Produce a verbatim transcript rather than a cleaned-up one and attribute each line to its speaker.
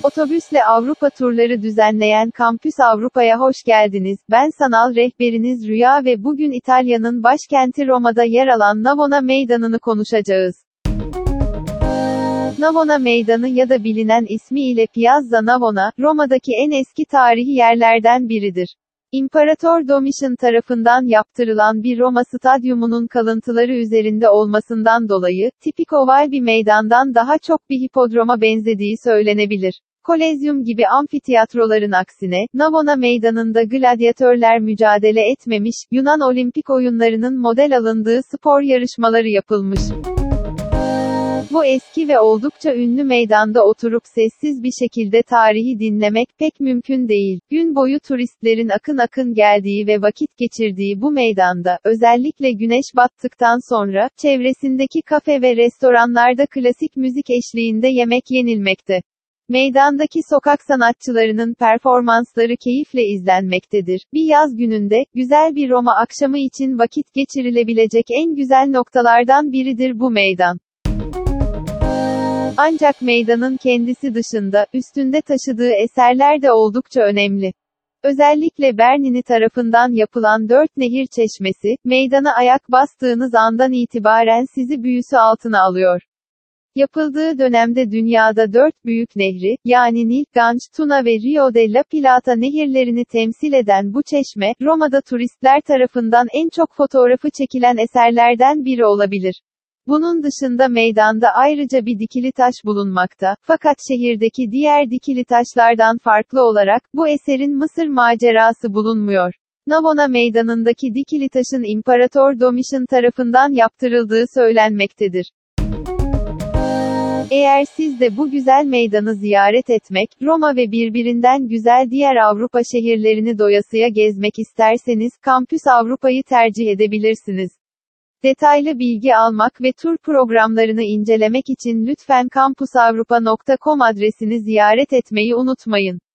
Speaker 1: Otobüsle Avrupa turları düzenleyen Kampüs Avrupa'ya hoş geldiniz. Ben sanal rehberiniz Rüya ve bugün İtalya'nın başkenti Roma'da yer alan Navona Meydanı'nı konuşacağız. Navona Meydanı ya da bilinen ismiyle Piazza Navona, Roma'daki en eski tarihi yerlerden biridir. İmparator Domitian tarafından yaptırılan bir Roma stadyumunun kalıntıları üzerinde olmasından dolayı, tipik oval bir meydandan daha çok bir hipodroma benzediği söylenebilir. Kolezyum gibi amfitiyatroların aksine, Navona Meydanı'nda gladyatörler mücadele etmemiş, Yunan olimpik oyunlarının model alındığı spor yarışmaları yapılmış. Bu eski ve oldukça ünlü meydanda oturup sessiz bir şekilde tarihi dinlemek pek mümkün değil. Gün boyu turistlerin akın akın geldiği ve vakit geçirdiği bu meydanda, özellikle güneş battıktan sonra, çevresindeki kafe ve restoranlarda klasik müzik eşliğinde yemek yenilmekte. Meydandaki sokak sanatçılarının performansları keyifle izlenmektedir. Bir yaz gününde, güzel bir Roma akşamı için vakit geçirilebilecek en güzel noktalardan biridir bu meydan. Ancak meydanın kendisi dışında, üstünde taşıdığı eserler de oldukça önemli. Özellikle Bernini tarafından yapılan Dört Nehir Çeşmesi, meydana ayak bastığınız andan itibaren sizi büyüsü altına alıyor. Yapıldığı dönemde dünyada dört büyük nehri, yani Nil, Ganj, Tuna ve Rio de la Plata nehirlerini temsil eden bu çeşme, Roma'da turistler tarafından en çok fotoğrafı çekilen eserlerden biri olabilir. Bunun dışında meydanda ayrıca bir dikili taş bulunmakta, fakat şehirdeki diğer dikili taşlardan farklı olarak, bu eserin Mısır macerası bulunmuyor. Navona Meydanı'ndaki dikili taşın İmparator Domitian tarafından yaptırıldığı söylenmektedir. Eğer siz de bu güzel meydanı ziyaret etmek, Roma ve birbirinden güzel diğer Avrupa şehirlerini doyasıya gezmek isterseniz, Kampüs Avrupa'yı tercih edebilirsiniz. Detaylı bilgi almak ve tur programlarını incelemek için lütfen kampusavrupa nokta com adresini ziyaret etmeyi unutmayın.